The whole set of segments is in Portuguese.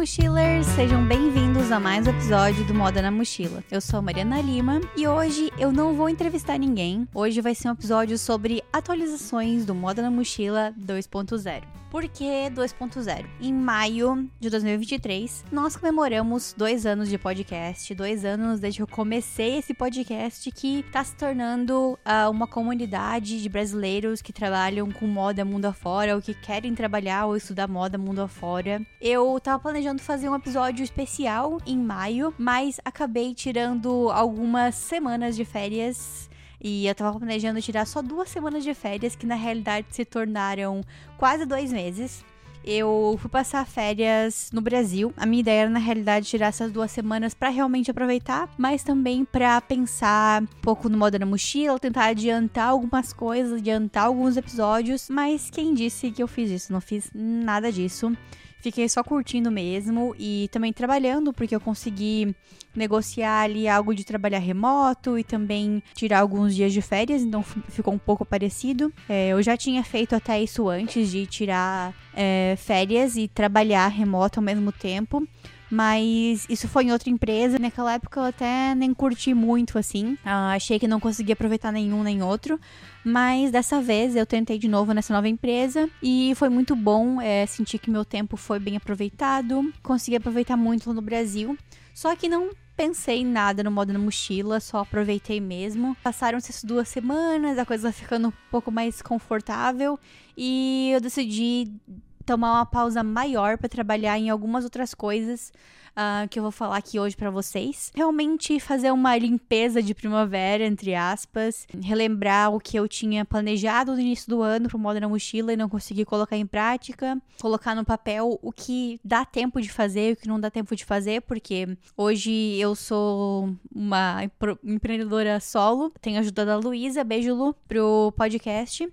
mochilers! Sejam bem-vindos a mais um episódio do Moda na Mochila. Eu sou a Mariana Lima e hoje eu não vou entrevistar ninguém. Hoje vai ser um episódio sobre atualizações do Moda na Mochila 2.0. Por que 2.0? Em maio de 2023, nós comemoramos 2 anos de podcast, 2 anos desde que eu comecei esse podcast que está se tornando uma comunidade de brasileiros que trabalham com moda mundo afora ou que querem trabalhar ou estudar moda mundo afora. Eu tava planejando fazer um episódio especial em maio, mas acabei tirando algumas semanas de férias. E eu tava planejando tirar só 2 semanas de férias, que na realidade se tornaram quase 2 meses. Eu fui passar férias no Brasil. A minha ideia era, na realidade, tirar essas 2 semanas pra realmente aproveitar, mas também pra pensar um pouco no Moda na Mochila, tentar adiantar algumas coisas, adiantar alguns episódios. Mas quem disse que eu fiz isso? Não fiz nada disso. Fiquei só curtindo mesmo e também trabalhando, porque eu consegui negociar ali algo de trabalhar remoto e também tirar alguns dias de férias, então ficou um pouco parecido. Eu já tinha feito até isso antes de tirar férias e trabalhar remoto ao mesmo tempo. Mas isso foi em outra empresa. Naquela época eu até nem curti muito, assim. Achei que não conseguia aproveitar nenhum nem outro. Mas dessa vez eu tentei de novo nessa nova empresa. E foi muito bom sentir que meu tempo foi bem aproveitado. Consegui aproveitar muito lá no Brasil. Só que não pensei em nada no Moda na Mochila, só aproveitei mesmo. Passaram-se essas 2 semanas, a coisa vai ficando um pouco mais confortável. E eu decidi tomar uma pausa maior para trabalhar em algumas outras coisas que eu vou falar aqui hoje para vocês. Realmente fazer uma limpeza de primavera, entre aspas. Relembrar o que eu tinha planejado no início do ano pro Moda na Mochila e não consegui colocar em prática. Colocar no papel o que dá tempo de fazer e o que não dá tempo de fazer, porque hoje eu sou uma empreendedora solo. Tenho a ajuda da Luísa, beijo Lu, pro podcast.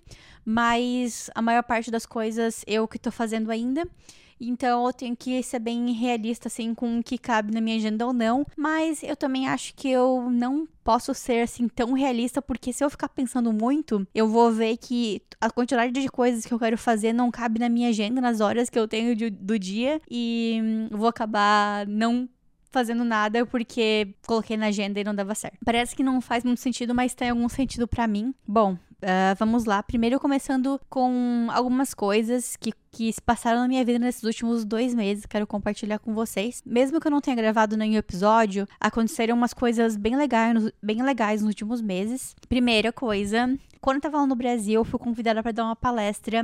Mas a maior parte das coisas eu que tô fazendo ainda. Então eu tenho que ser bem realista, assim, com o que cabe na minha agenda ou não. Mas eu também acho que eu não posso ser, assim, tão realista, porque se eu ficar pensando muito, eu vou ver que a quantidade de coisas que eu quero fazer não cabe na minha agenda, nas horas que eu tenho do dia. E vou acabar não fazendo nada porque coloquei na agenda e não dava certo. Parece que não faz muito sentido, mas tem algum sentido pra mim. Bom, vamos lá. Primeiro começando com algumas coisas que se passaram na minha vida nesses últimos 2 meses. Quero compartilhar com vocês. Mesmo que eu não tenha gravado nenhum episódio, aconteceram umas coisas bem legais nos últimos meses. Primeira coisa, quando eu tava lá no Brasil, eu fui convidada para dar uma palestra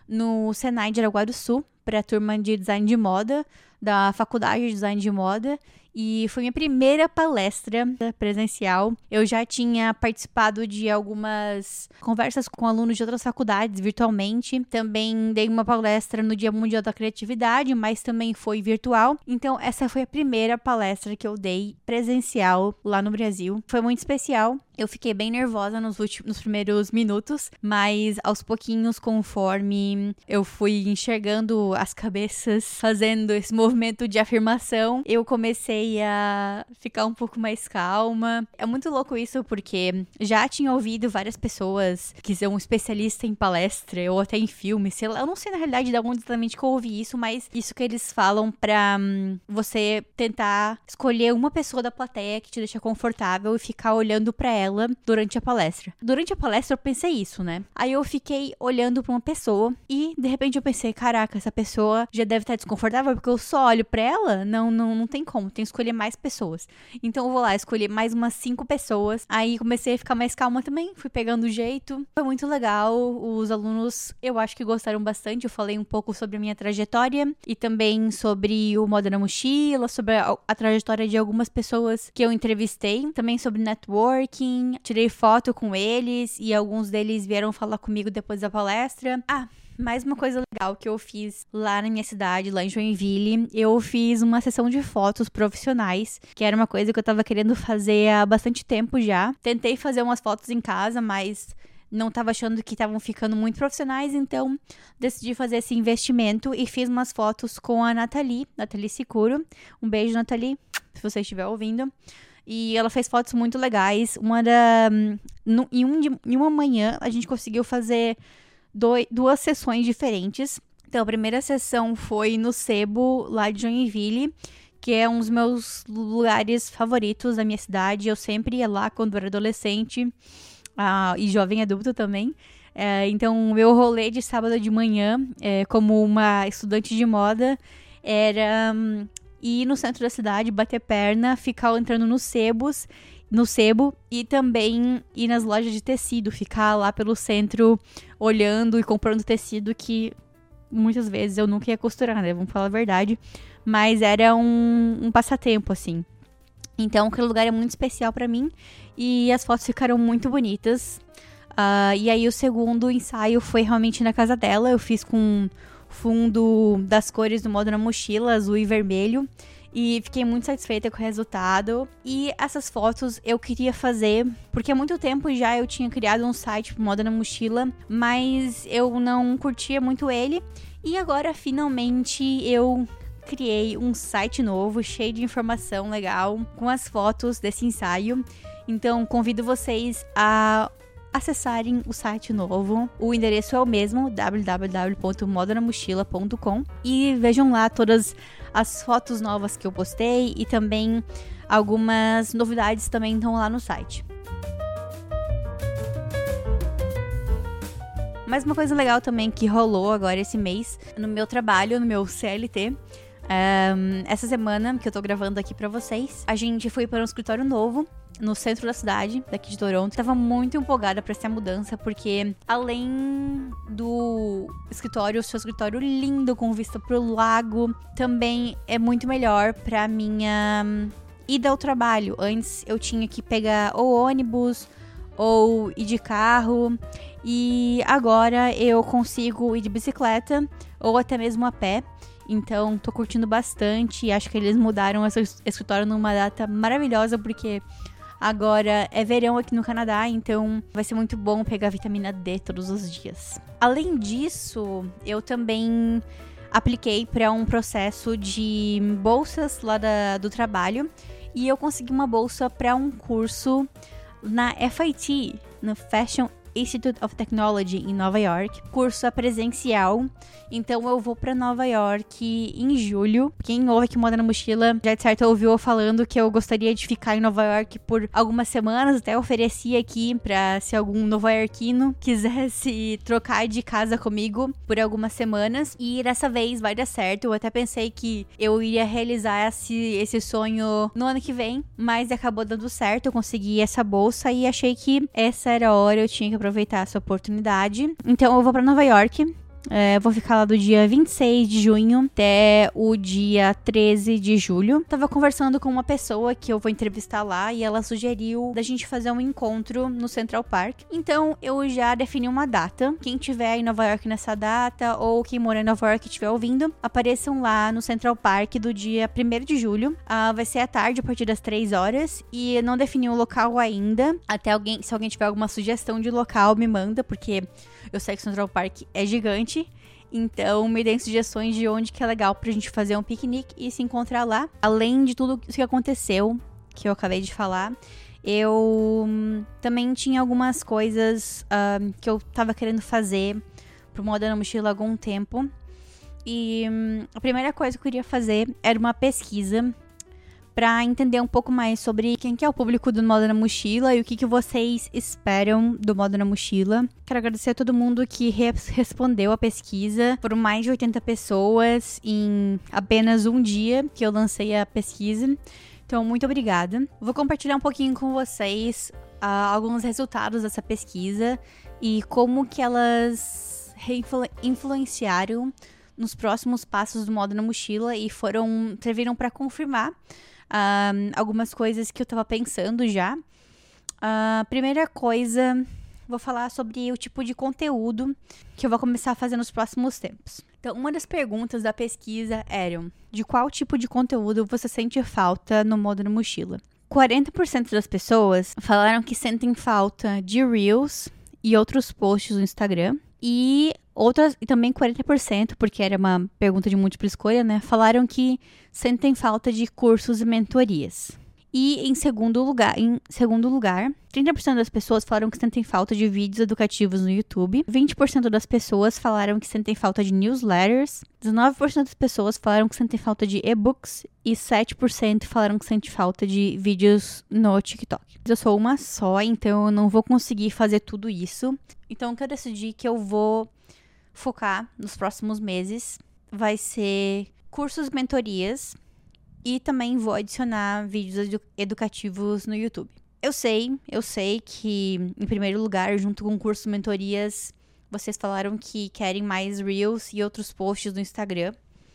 no Senai de Araguari do Sul, para a turma de design de moda, da faculdade de design de moda. E foi minha primeira palestra presencial. Eu já tinha participado de algumas conversas com alunos de outras faculdades virtualmente. Também dei uma palestra no Dia Mundial da Criatividade, mas também foi virtual. Então, essa foi a primeira palestra que eu dei presencial lá no Brasil. Foi muito especial. Eu fiquei bem nervosa nos primeiros minutos, mas aos pouquinhos, conforme eu fui enxergando as cabeças fazendo esse movimento de afirmação, eu comecei a ficar um pouco mais calma. É muito louco isso, porque já tinha ouvido várias pessoas que são especialistas em palestra ou até em filme, sei lá. Eu não sei na realidade de onde exatamente que eu ouvi isso, mas isso que eles falam pra você tentar escolher uma pessoa da plateia que te deixa confortável e ficar olhando pra ela durante a palestra. Durante a palestra eu pensei isso, né? Aí eu fiquei olhando pra uma pessoa e de repente eu pensei, caraca, essa pessoa já deve estar desconfortável porque eu só olho pra ela? Não tem como, tem que escolher mais pessoas. Então eu vou lá escolher mais umas 5 pessoas. Aí comecei a ficar mais calma também, fui pegando o jeito. Foi muito legal, os alunos eu acho que gostaram bastante. Eu falei um pouco sobre a minha trajetória e também sobre o Moda na Mochila, sobre a trajetória de algumas pessoas que eu entrevistei, também sobre networking. Tirei foto com eles e alguns deles vieram falar comigo depois da palestra. Mais uma coisa legal que eu fiz lá na minha cidade, lá em Joinville, eu fiz uma sessão de fotos profissionais, que era uma coisa que eu tava querendo fazer há bastante tempo já. Tentei fazer umas fotos em casa, mas não tava achando que estavam ficando muito profissionais, então decidi fazer esse investimento e fiz umas fotos com a Nathalie Sicuro. Um beijo, Nathalie, se você estiver ouvindo. E ela fez fotos muito legais. Em uma manhã, a gente conseguiu fazer 2 sessões diferentes. Então, a primeira sessão foi no Sebo, lá de Joinville, que é um dos meus lugares favoritos da minha cidade. Eu sempre ia lá quando era adolescente e jovem adulto também. Então, o meu rolê de sábado de manhã, como uma estudante de moda, era ir no centro da cidade, bater perna, ficar entrando no Sebo e também ir nas lojas de tecido, ficar lá pelo centro olhando e comprando tecido que muitas vezes eu nunca ia costurar, né? Vamos falar a verdade. Mas era um passatempo, assim. Então, aquele lugar é muito especial pra mim. E as fotos ficaram muito bonitas. E aí, o segundo ensaio foi realmente na casa dela. Eu fiz com fundo das cores do Moda na Mochila, azul e vermelho. E fiquei muito satisfeita com o resultado. E essas fotos eu queria fazer, porque há muito tempo já eu tinha criado um site pro Moda na Mochila, mas eu não curtia muito ele. E agora, finalmente, eu criei um site novo, cheio de informação legal, com as fotos desse ensaio. Então, convido vocês a acessarem o site novo. O endereço é o mesmo, www.modanamochila.com, e vejam lá todas as fotos novas que eu postei e também algumas novidades também estão lá no site. Mas uma coisa legal também que rolou agora esse mês no meu trabalho, no meu CLT, essa semana que eu tô gravando aqui pra vocês, a gente foi para um escritório novo no centro da cidade, daqui de Toronto. Tava muito empolgada pra essa mudança, porque além do escritório, o seu escritório lindo, com vista pro lago, também é muito melhor pra minha ida ao trabalho. Antes eu tinha que pegar ou ônibus ou ir de carro, e agora eu consigo ir de bicicleta ou até mesmo a pé. Então, tô curtindo bastante. Acho que eles mudaram esse escritório numa data maravilhosa, porque agora é verão aqui no Canadá, então vai ser muito bom pegar vitamina D todos os dias. Além disso, eu também apliquei para um processo de bolsas lá do trabalho, e eu consegui uma bolsa para um curso na FIT, no Fashion Institute of Technology, em Nova York. Curso é presencial, então eu vou pra Nova York em julho. Quem ouve aqui Moda na Mochila já de certo ouviu eu falando que eu gostaria de ficar em Nova York por algumas semanas. Até ofereci aqui pra se algum nova-iorquino quisesse trocar de casa comigo por algumas semanas, e dessa vez vai dar certo. Eu até pensei que eu iria realizar esse sonho no ano que vem, mas acabou dando certo. Eu consegui essa bolsa e achei que essa era a hora, eu tinha que aproveitar essa oportunidade. Então eu vou pra Nova York. Vou ficar lá do dia 26 de junho até o dia 13 de julho. Tava conversando com uma pessoa que eu vou entrevistar lá, e ela sugeriu da gente fazer um encontro no Central Park. Então eu já defini uma data. Quem tiver em Nova York nessa data, ou quem mora em Nova York e estiver ouvindo, apareçam lá no Central Park do dia 1º de julho. Vai ser à tarde, a partir das 3 horas. E eu não defini o local ainda. Se alguém tiver alguma sugestão de local, me manda, porque eu sei que o Central Park é gigante. Então, me deem sugestões de onde que é legal pra gente fazer um piquenique e se encontrar lá. Além de tudo isso que aconteceu, que eu acabei de falar, eu também tinha algumas coisas que eu tava querendo fazer pro Moda na Mochila há algum tempo. E a primeira coisa que eu queria fazer era uma pesquisa para entender um pouco mais sobre quem que é o público do Moda na Mochila e o que vocês esperam do Moda na Mochila. Quero agradecer a todo mundo que respondeu a pesquisa. Foram mais de 80 pessoas em apenas um dia que eu lancei a pesquisa. Então, muito obrigada. Vou compartilhar um pouquinho com vocês alguns resultados dessa pesquisa e como que elas influenciaram nos próximos passos do Moda na Mochila e serviram para confirmar algumas coisas que eu tava pensando já. Primeira coisa, vou falar sobre o tipo de conteúdo que eu vou começar a fazer nos próximos tempos. Então, uma das perguntas da pesquisa eram: de qual tipo de conteúdo você sente falta no Moda na Mochila? 40% das pessoas falaram que sentem falta de Reels e outros posts no Instagram. E também 40%, porque era uma pergunta de múltipla escolha, né? Falaram que sentem falta de cursos e mentorias. E em segundo lugar, 30% das pessoas falaram que sentem falta de vídeos educativos no YouTube. 20% das pessoas falaram que sentem falta de newsletters. 19% das pessoas falaram que sentem falta de e-books. E 7% falaram que sentem falta de vídeos no TikTok. Eu sou uma só, então eu não vou conseguir fazer tudo isso. Então o que eu decidi que eu vou focar nos próximos meses vai ser cursos, mentorias. E também vou adicionar vídeos educativos no YouTube. Eu sei que, em primeiro lugar, junto com o curso mentorias, vocês falaram que querem mais Reels e outros posts no Instagram.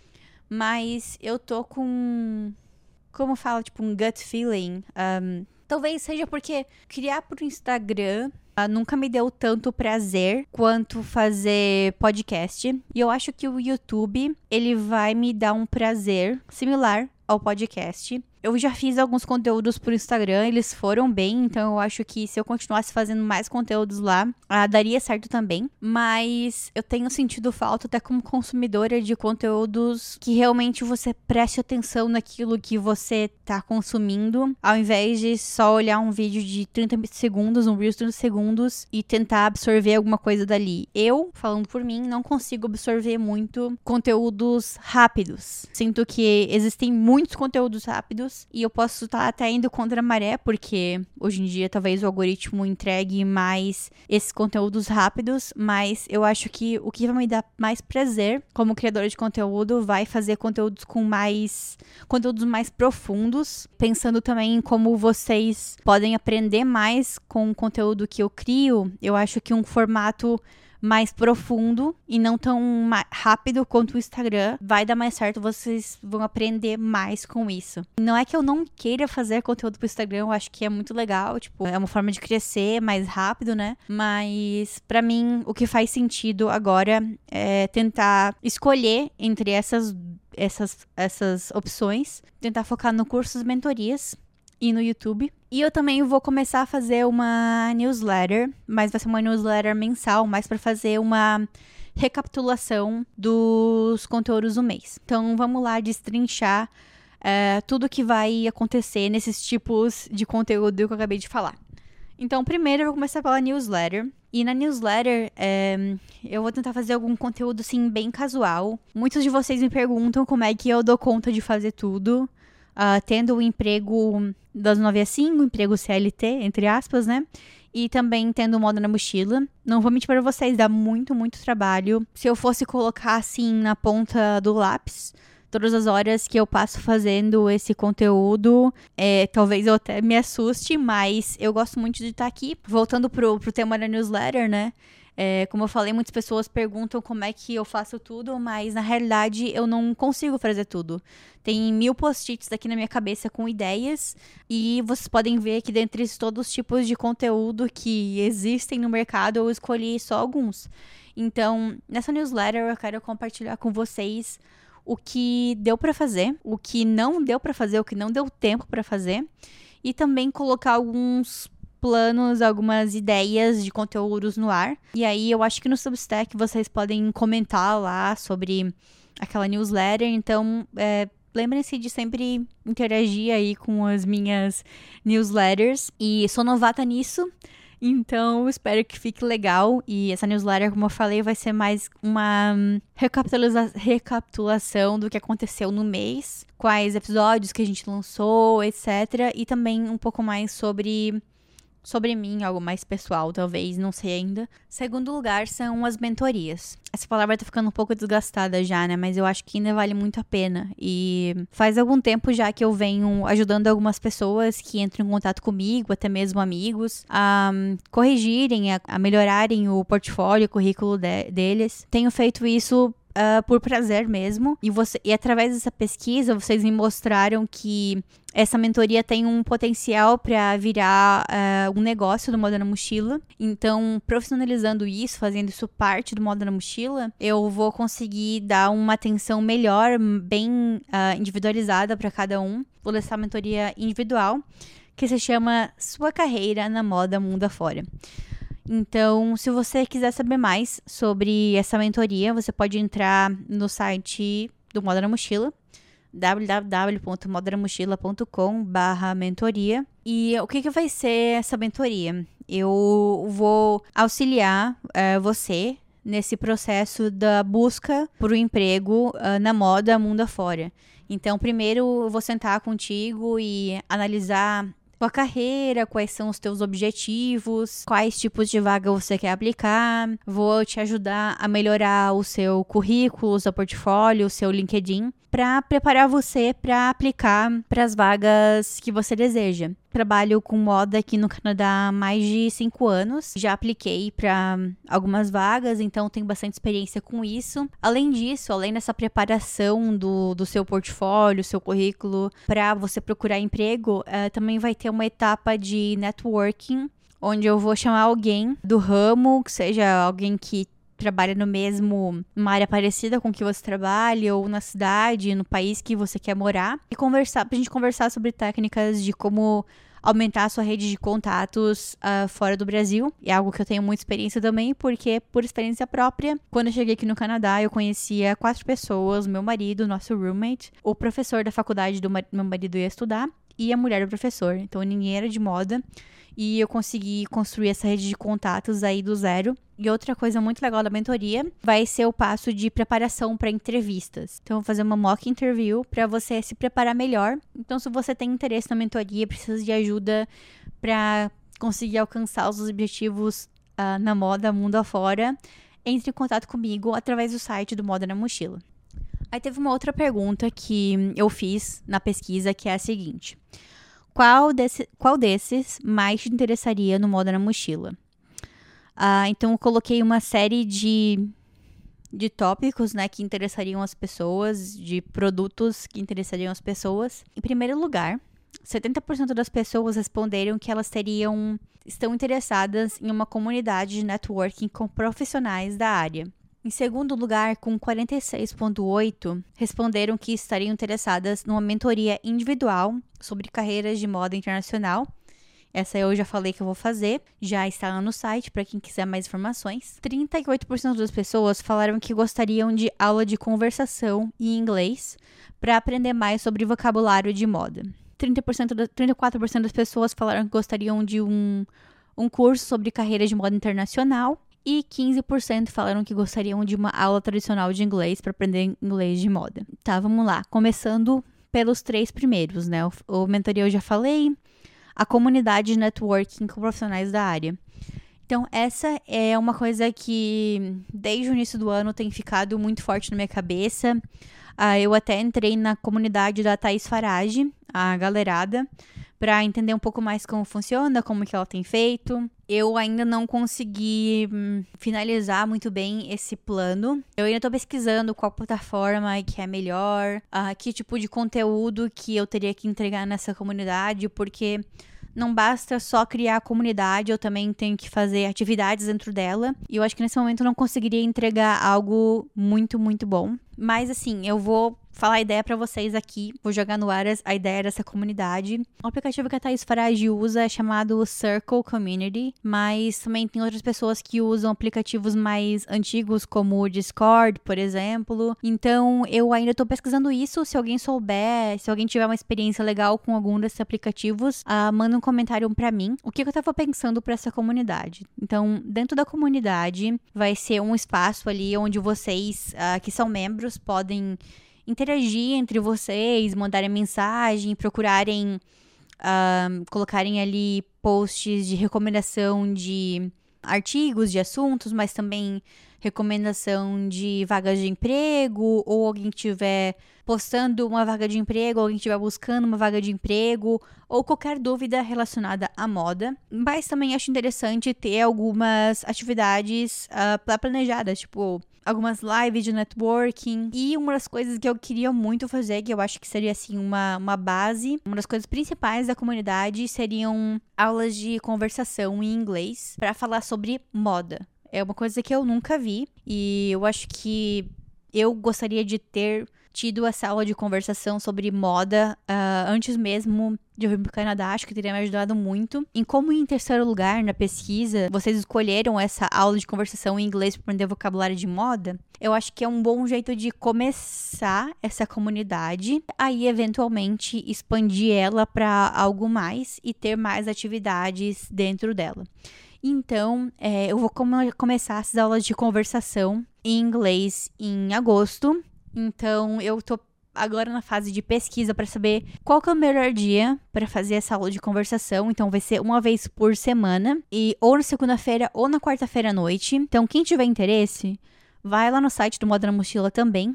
Mas eu tô com, como fala, tipo, um gut feeling. Talvez seja porque criar pro Instagram nunca me deu tanto prazer quanto fazer podcast. E eu acho que o YouTube, ele vai me dar um prazer similar ao podcast. Eu já fiz alguns conteúdos pro Instagram, eles foram bem, então eu acho que se eu continuasse fazendo mais conteúdos lá, daria certo também. Mas eu tenho sentido falta, até como consumidora, de conteúdos que realmente você preste atenção naquilo que você tá consumindo, ao invés de só olhar um vídeo de 30 segundos, um Reels de 30 segundos, e tentar absorver alguma coisa dali. Eu, falando por mim, não consigo absorver muito conteúdos rápidos. Sinto que existem muitos conteúdos rápidos, e eu posso estar até indo contra a maré, porque hoje em dia talvez o algoritmo entregue mais esses conteúdos rápidos, mas eu acho que o que vai me dar mais prazer como criadora de conteúdo vai fazer conteúdos mais profundos, pensando também em como vocês podem aprender mais com o conteúdo que eu crio. Eu acho que um formato mais profundo e não tão rápido quanto o Instagram vai dar mais certo, vocês vão aprender mais com isso. Não é que eu não queira fazer conteúdo pro Instagram, eu acho que é muito legal, tipo, é uma forma de crescer mais rápido, né? Mas pra mim, o que faz sentido agora é tentar escolher entre essas opções, tentar focar no cursos, mentorias e no YouTube. E eu também vou começar a fazer uma newsletter, mas vai ser uma newsletter mensal, mais para fazer uma recapitulação dos conteúdos do mês. Então vamos lá destrinchar tudo que vai acontecer nesses tipos de conteúdo que eu acabei de falar. Então primeiro eu vou começar pela newsletter. E na newsletter, eu vou tentar fazer algum conteúdo assim bem casual. Muitos de vocês me perguntam como é que eu dou conta de fazer tudo. Tendo um emprego das 9 às 5, um emprego CLT, entre aspas, né? E também tendo moda na mochila. Não vou mentir para vocês, dá muito, muito trabalho. Se eu fosse colocar assim na ponta do lápis todas as horas que eu passo fazendo esse conteúdo, talvez eu até me assuste, mas eu gosto muito de estar aqui. Voltando pro tema da newsletter, né? Como eu falei, muitas pessoas perguntam como é que eu faço tudo, mas na realidade eu não consigo fazer tudo. Tem 1000 post-its aqui na minha cabeça com ideias, e vocês podem ver que dentre todos os tipos de conteúdo que existem no mercado, eu escolhi só alguns. Então, nessa newsletter eu quero compartilhar com vocês o que deu pra fazer, o que não deu pra fazer, o que não deu tempo pra fazer, e também colocar alguns planos, algumas ideias de conteúdos no ar. E aí eu acho que no Substack vocês podem comentar lá sobre aquela newsletter. Então, lembrem-se de sempre interagir aí com as minhas newsletters. E sou novata nisso, então espero que fique legal. E essa newsletter, como eu falei, vai ser mais uma recapitulação do que aconteceu no mês, quais episódios que a gente lançou, etc. E também um pouco mais sobre mim, algo mais pessoal, talvez, não sei ainda. Segundo lugar, são as mentorias. Essa palavra tá ficando um pouco desgastada já, né? Mas eu acho que ainda vale muito a pena. E faz algum tempo já que eu venho ajudando algumas pessoas que entram em contato comigo, até mesmo amigos, a corrigirem, a melhorarem o portfólio, o currículo deles. Tenho feito isso por prazer mesmo. E através dessa pesquisa, vocês me mostraram que essa mentoria tem um potencial para virar um negócio do Moda na Mochila. Então, profissionalizando isso, fazendo isso parte do Moda na Mochila, eu vou conseguir dar uma atenção melhor, bem individualizada para cada um. Vou lançar a mentoria individual, que se chama Sua Carreira na Moda Mundo Afora. Então, se você quiser saber mais sobre essa mentoria, você pode entrar no site do Moda na Mochila, www.modanamochila.com/mentoria. E o que vai ser essa mentoria? Eu vou auxiliar você nesse processo da busca por um emprego na moda mundo afora. Então, primeiro eu vou sentar contigo e analisar tua carreira, quais são os teus objetivos, quais tipos de vaga você quer aplicar. Vou te ajudar a melhorar o seu currículo, o seu portfólio, o seu LinkedIn, para preparar você para aplicar para as vagas que você deseja. Trabalho com moda aqui no Canadá há mais de 5 anos. Já apliquei para algumas vagas, então tenho bastante experiência com isso. Além disso, além dessa preparação do seu portfólio, seu currículo, para você procurar emprego, também vai ter uma etapa de networking, onde eu vou chamar alguém do ramo, que seja alguém que trabalha numa área parecida com que você trabalha, ou na cidade, no país que você quer morar, e pra gente conversar sobre técnicas de como aumentar a sua rede de contatos fora do Brasil. É algo que eu tenho muita experiência também, porque por experiência própria, quando eu cheguei aqui no Canadá, eu conhecia 4 pessoas, meu marido, nosso roommate, o professor da faculdade do meu marido ia estudar, e a mulher do professor. Então ninguém era de moda, e eu consegui construir essa rede de contatos aí do zero. E outra coisa muito legal da mentoria vai ser o passo de preparação para entrevistas. Então, eu vou fazer uma mock interview para você se preparar melhor. Então, se você tem interesse na mentoria, precisa de ajuda para conseguir alcançar os objetivos na moda mundo afora, entre em contato comigo através do site do Moda na Mochila. Aí teve uma outra pergunta que eu fiz na pesquisa, que é a seguinte: qual desses mais te interessaria no Moda na Mochila? Então eu coloquei uma série de tópicos, né, que interessariam as pessoas, de produtos que interessariam as pessoas. Em primeiro lugar, 70% das pessoas responderam que elas estão interessadas em uma comunidade de networking com profissionais da área. Em segundo lugar, com 46,8%, responderam que estariam interessadas numa mentoria individual sobre carreiras de moda internacional. Essa eu já falei que eu vou fazer, já está lá no site para quem quiser mais informações. 38% das pessoas falaram que gostariam de aula de conversação em inglês para aprender mais sobre vocabulário de moda. 34% das pessoas falaram que gostariam de um curso sobre carreira de moda internacional. E 15% falaram que gostariam de uma aula tradicional de inglês para aprender inglês de moda. Tá, vamos lá. Começando pelos 3 primeiros, né? O mentoria eu já falei. A comunidade de networking com profissionais da área. Então, essa é uma coisa que, desde o início do ano, tem ficado muito forte na minha cabeça. Eu até entrei na comunidade da Thaís Farage, a galerada, para entender um pouco mais como funciona, como que ela tem feito. Eu ainda não consegui finalizar muito bem esse plano. Eu ainda estou pesquisando qual plataforma que é melhor, que tipo de conteúdo que eu teria que entregar nessa comunidade, porque não basta só criar a comunidade, eu também tenho que fazer atividades dentro dela. E eu acho que nesse momento eu não conseguiria entregar algo muito, muito bom. Mas assim, eu vou falar a ideia pra vocês aqui, vou jogar no ar a ideia dessa comunidade. O aplicativo que a Thaís Farage usa é chamado Circle Community, mas também tem outras pessoas que usam aplicativos mais antigos, como o Discord, por exemplo. Então, eu ainda tô pesquisando isso. Se alguém souber, se alguém tiver uma experiência legal com algum desses aplicativos, manda um comentário pra mim. O que eu tava pensando pra essa comunidade? Então, dentro da comunidade, vai ser um espaço ali onde vocês, que são membros, podem interagir entre vocês, mandarem mensagem, procurarem, colocarem ali posts de recomendação de artigos, de assuntos, mas também recomendação de vagas de emprego, ou alguém estiver postando uma vaga de emprego, ou alguém estiver buscando uma vaga de emprego, ou qualquer dúvida relacionada à moda. Mas também acho interessante ter algumas atividades planejadas, tipo algumas lives de networking. E uma das coisas que eu queria muito fazer, que eu acho que seria assim uma base, uma das coisas principais da comunidade seriam aulas de conversação em inglês para falar sobre moda. É uma coisa que eu nunca vi e eu acho que eu gostaria de ter tido essa aula de conversação sobre moda antes mesmo de eu vir pro Canadá, acho que teria me ajudado muito. Em como em terceiro lugar na pesquisa, vocês escolheram essa aula de conversação em inglês para aprender vocabulário de moda, eu acho que é um bom jeito de começar essa comunidade, aí eventualmente expandir ela para algo mais e ter mais atividades dentro dela. Então, eu vou começar essas aulas de conversação em inglês em agosto. Então, eu tô agora na fase de pesquisa para saber qual que é o melhor dia para fazer essa aula de conversação. Então, vai ser uma vez por semana, e ou na segunda-feira ou na quarta-feira à noite. Então, quem tiver interesse, vai lá no site do Moda na Mochila também,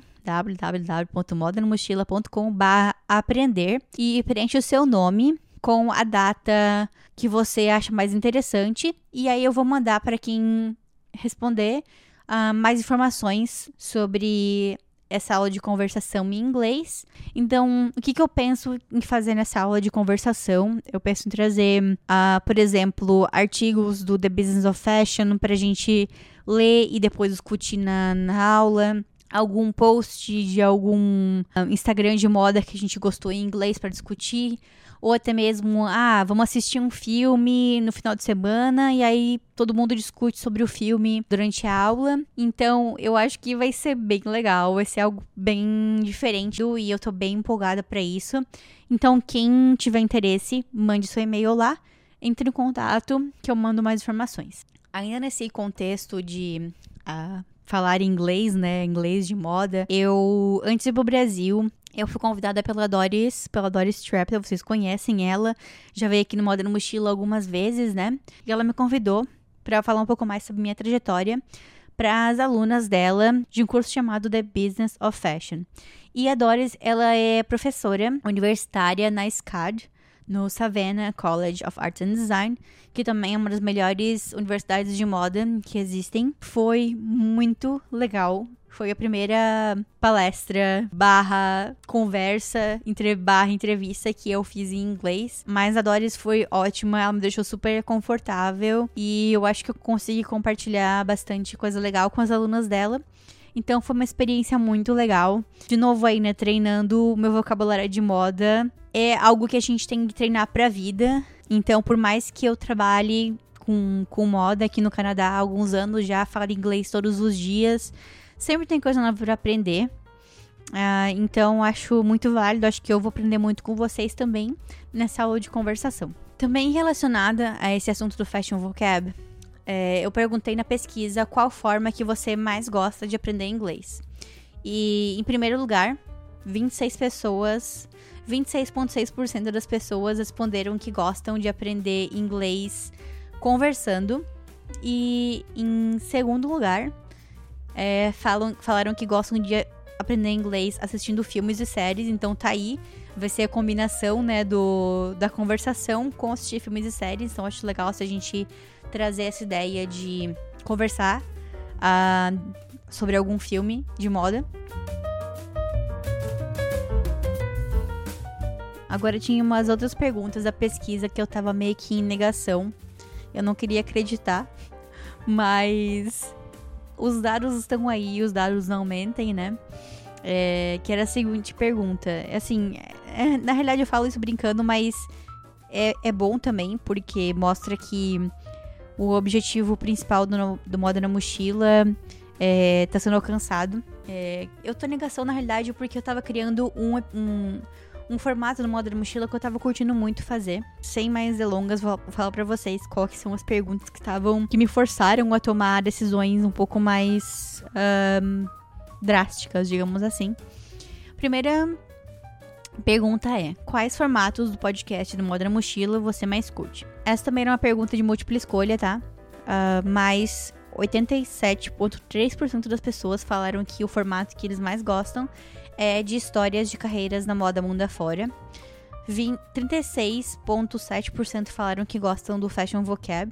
www.modanamochila.com/aprender, e preenche o seu nome com a data que você acha mais interessante. E aí eu vou mandar para quem responder mais informações sobre essa aula de conversação em inglês. Então, o que eu penso em fazer nessa aula de conversação? Eu penso em trazer, por exemplo, artigos do The Business of Fashion pra gente ler e depois discutir na aula. Algum post de algum Instagram de moda que a gente gostou em inglês para discutir. Ou até mesmo, vamos assistir um filme no final de semana e aí todo mundo discute sobre o filme durante a aula. Então, eu acho que vai ser bem legal, vai ser algo bem diferente e eu tô bem empolgada para isso. Então, quem tiver interesse, mande seu e-mail lá, entre em contato que eu mando mais informações. Ainda nesse contexto de falar inglês, né, inglês de moda, antes de ir pro Brasil, eu fui convidada pela Doris Trapper, vocês conhecem ela, já veio aqui no Moda na Mochila algumas vezes, né? E ela me convidou para falar um pouco mais sobre minha trajetória para as alunas dela de um curso chamado The Business of Fashion. E a Doris, ela é professora universitária na SCAD, no Savannah College of Arts and Design, que também é uma das melhores universidades de moda que existem. Foi muito legal. Foi a primeira palestra /conversa, entrevista que eu fiz em inglês. Mas a Doris foi ótima, ela me deixou super confortável. E eu acho que eu consegui compartilhar bastante coisa legal com as alunas dela. Então foi uma experiência muito legal. De novo aí, né, treinando o meu vocabulário de moda. É algo que a gente tem que treinar pra vida. Então, por mais que eu trabalhe com moda aqui no Canadá há alguns anos já, falo inglês todos os dias, sempre tem coisa nova pra aprender. Então, acho muito válido. Acho que eu vou aprender muito com vocês também nessa aula de conversação. Também relacionada a esse assunto do Fashion Vocab, eu perguntei na pesquisa qual forma que você mais gosta de aprender inglês. E, em primeiro lugar, 26,6% das pessoas responderam que gostam de aprender inglês conversando. E, em segundo lugar, falaram que gostam de aprender inglês assistindo filmes e séries. Então tá aí, vai ser a combinação, né, da conversação com assistir filmes e séries. Então acho legal se a gente trazer essa ideia de conversar sobre algum filme de moda. Agora tinha umas outras perguntas da pesquisa que eu tava meio que em negação. Eu não queria acreditar, mas os dados estão aí, os dados não mentem, né? Que era a seguinte pergunta. Assim, na realidade eu falo isso brincando, mas é bom também, porque mostra que o objetivo principal do Moda na Mochila tá sendo alcançado. Eu tô em negação, na realidade, porque eu tava criando um formato do Moda na Mochila que eu tava curtindo muito fazer. Sem mais delongas, vou falar pra vocês quais são as perguntas que me forçaram a tomar decisões um pouco mais drásticas, digamos assim. Primeira pergunta é: quais formatos do podcast do Moda na Mochila você mais curte? Essa também era uma pergunta de múltipla escolha, tá? Mas 87,3% das pessoas falaram que o formato que eles mais gostam é de histórias de carreiras na moda mundo afora. 36,7% falaram que gostam do Fashion Vocab.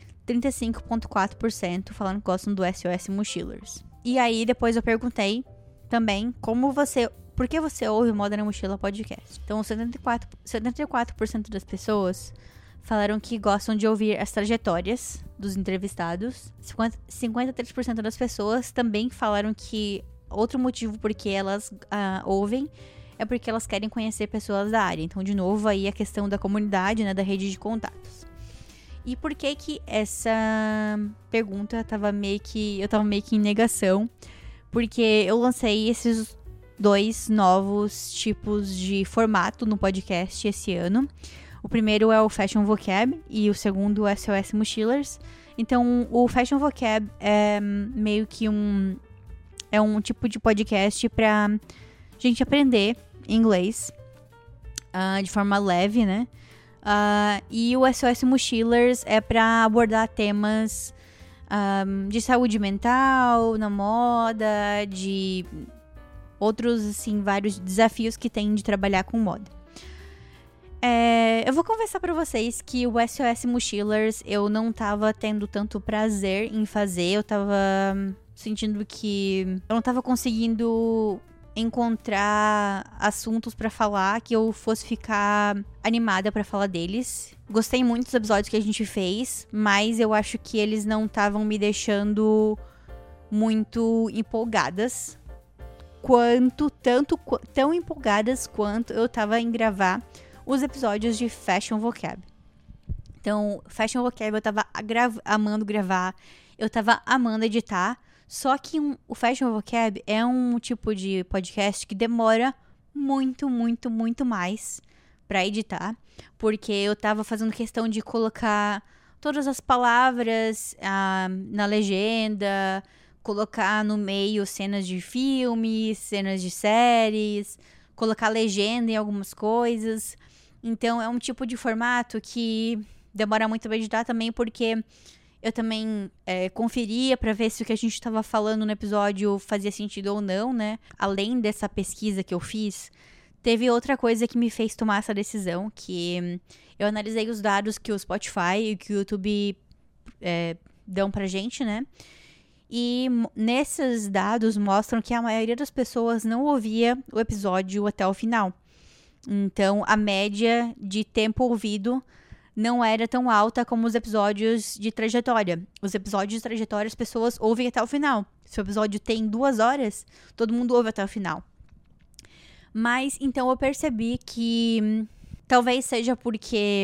35,4% falaram que gostam do SOS Mochilers. E aí, depois eu perguntei também por que você ouve o Moda na Mochila podcast. Então, 74% das pessoas falaram que gostam de ouvir as trajetórias dos entrevistados. 53% das pessoas também falaram que outro motivo porque elas ouvem é porque elas querem conhecer pessoas da área. Então, de novo, aí a questão da comunidade, né, da rede de contatos. E por que que essa pergunta eu tava meio que em negação? Porque eu lancei esses 2 novos tipos de formato no podcast esse ano. O primeiro é o Fashion Vocab e o segundo é o SOS Mochilers. Então, o Fashion Vocab é meio que um tipo de podcast pra gente aprender inglês de forma leve, né? E o SOS Mochilers é pra abordar temas de saúde mental, na moda, de outros, assim, vários desafios que tem de trabalhar com moda. Eu vou confessar pra vocês que o SOS Mochilers eu não tava tendo tanto prazer em fazer. Eu tava sentindo que eu não tava conseguindo encontrar assuntos pra falar que eu fosse ficar animada pra falar deles. Gostei muito dos episódios que a gente fez, mas eu acho que eles não estavam me deixando muito empolgadas. Tão empolgadas quanto eu tava em gravar os episódios de Fashion Vocab. Então, Fashion Vocab eu tava amando gravar, eu tava amando editar, só que o Fashion Vocab é um tipo de podcast que demora muito, muito, muito mais pra editar, porque eu tava fazendo questão de colocar todas as palavras na legenda, colocar no meio cenas de filmes, cenas de séries, colocar legenda em algumas coisas. Então, é um tipo de formato que demora muito pra editar também, porque eu também conferia pra ver se o que a gente estava falando no episódio fazia sentido ou não, né? Além dessa pesquisa que eu fiz, teve outra coisa que me fez tomar essa decisão, que eu analisei os dados que o Spotify e que o YouTube dão pra gente, né? E nesses dados mostram que a maioria das pessoas não ouvia o episódio até o final. Então, a média de tempo ouvido não era tão alta como os episódios de trajetória. Os episódios de trajetória as pessoas ouvem até o final. Se o episódio tem 2 horas, todo mundo ouve até o final. Mas, então, eu percebi que talvez seja porque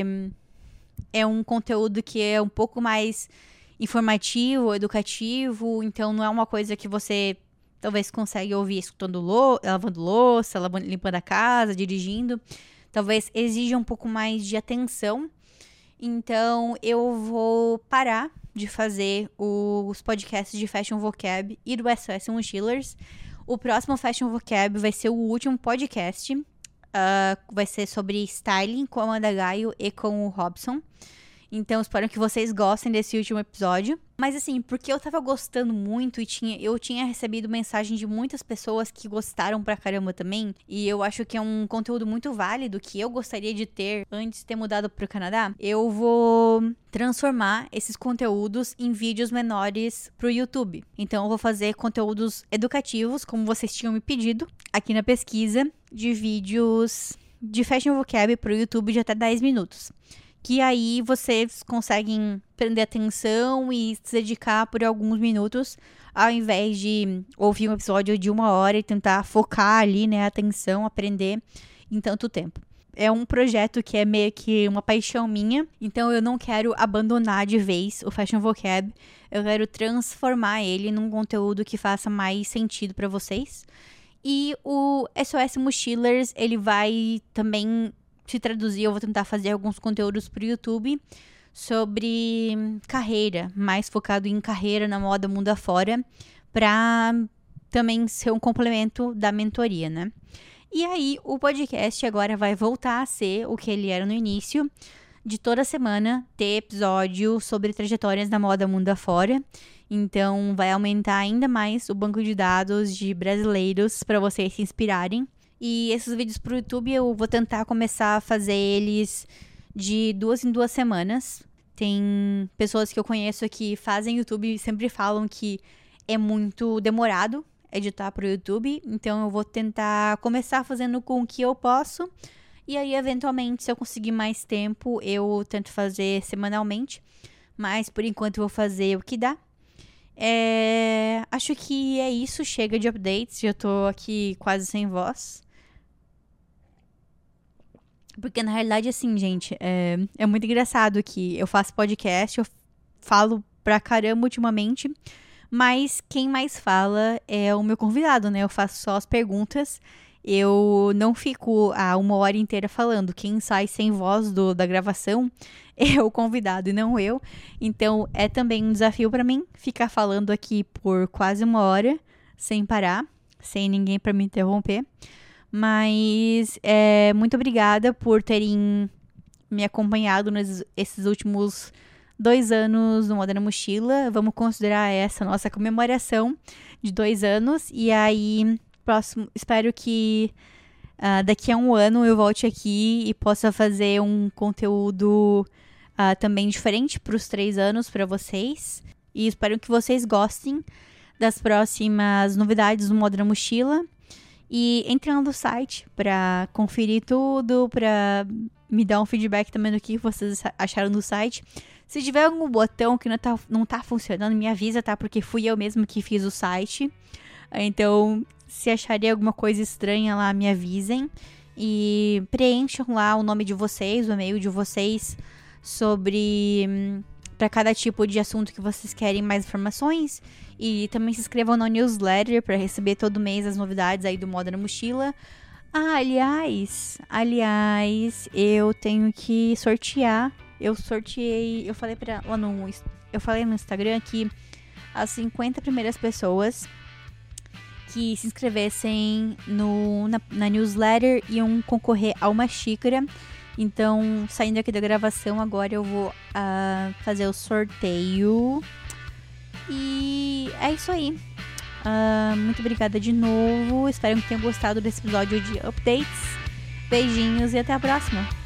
é um conteúdo que é um pouco mais informativo, educativo. Então, não é uma coisa que você talvez consegue ouvir escutando lavando louça, limpando a casa, dirigindo. Talvez exija um pouco mais de atenção. Então, eu vou parar de fazer os podcasts de Fashion Vocab e do SOS Mochilers. O próximo Fashion Vocab vai ser o último podcast. Vai ser sobre styling com a Amanda Gaio e com o Robson. Então, espero que vocês gostem desse último episódio. Mas assim, porque eu tava gostando muito e eu tinha recebido mensagem de muitas pessoas que gostaram pra caramba também. E eu acho que é um conteúdo muito válido que eu gostaria de ter antes de ter mudado pro Canadá. Eu vou transformar esses conteúdos em vídeos menores pro YouTube. Então, eu vou fazer conteúdos educativos, como vocês tinham me pedido aqui na pesquisa, de vídeos de Fashion Vocab pro YouTube de até 10 minutos. Que aí vocês conseguem prender atenção e se dedicar por alguns minutos, ao invés de ouvir um episódio de 1 hora e tentar focar ali, né, a atenção, aprender em tanto tempo. É um projeto que é meio que uma paixão minha, então eu não quero abandonar de vez o Fashion Vocab, eu quero transformar ele num conteúdo que faça mais sentido para vocês. E o SOS Mochilers, ele vai também se traduzir, eu vou tentar fazer alguns conteúdos pro YouTube sobre carreira, mais focado em carreira na moda mundo afora, pra também ser um complemento da mentoria, né? E aí, o podcast agora vai voltar a ser o que ele era no início, de toda semana ter episódio sobre trajetórias na moda mundo afora. Então, vai aumentar ainda mais o banco de dados de brasileiros para vocês se inspirarem. E esses vídeos pro YouTube eu vou tentar começar a fazer eles de 2 em 2 semanas. Tem pessoas que eu conheço que fazem YouTube e sempre falam que é muito demorado editar pro YouTube. Então eu vou tentar começar fazendo com o que eu posso. E aí, eventualmente, se eu conseguir mais tempo, eu tento fazer semanalmente. Mas por enquanto eu vou fazer o que dá. Acho que é isso, chega de updates. Já tô aqui quase sem voz. Porque na realidade, assim, gente, é muito engraçado que eu faço podcast, eu falo pra caramba ultimamente, mas quem mais fala é o meu convidado, né? Eu faço só as perguntas, eu não fico a 1 hora inteira falando. Quem sai sem voz da gravação é o convidado e não eu. Então é também um desafio pra mim ficar falando aqui por quase 1 hora, sem parar, sem ninguém pra me interromper. Mas muito obrigada por terem me acompanhado nesses últimos 2 anos no Moda na Mochila. Vamos considerar essa nossa comemoração de 2 anos. E aí, espero que daqui a 1 ano eu volte aqui e possa fazer um conteúdo também diferente para os 3 anos para vocês. E espero que vocês gostem das próximas novidades do Moda na Mochila. E entre lá no site para conferir tudo, para me dar um feedback também do que vocês acharam do site. Se tiver algum botão que não tá funcionando, me avisa, tá? Porque fui eu mesmo que fiz o site. Então, se acharem alguma coisa estranha lá, me avisem. E preencham lá o nome de vocês, o e-mail de vocês sobre... para cada tipo de assunto que vocês querem mais informações. E também se inscrevam na newsletter para receber todo mês as novidades aí do Moda na Mochila. Aliás, eu tenho que sortear. Eu falei no Instagram que as 50 primeiras pessoas que se inscrevessem na newsletter iam concorrer a uma xícara. Então, saindo aqui da gravação, agora eu vou fazer o sorteio. E é isso aí. Muito obrigada de novo. Espero que tenham gostado desse episódio de updates. Beijinhos e até a próxima.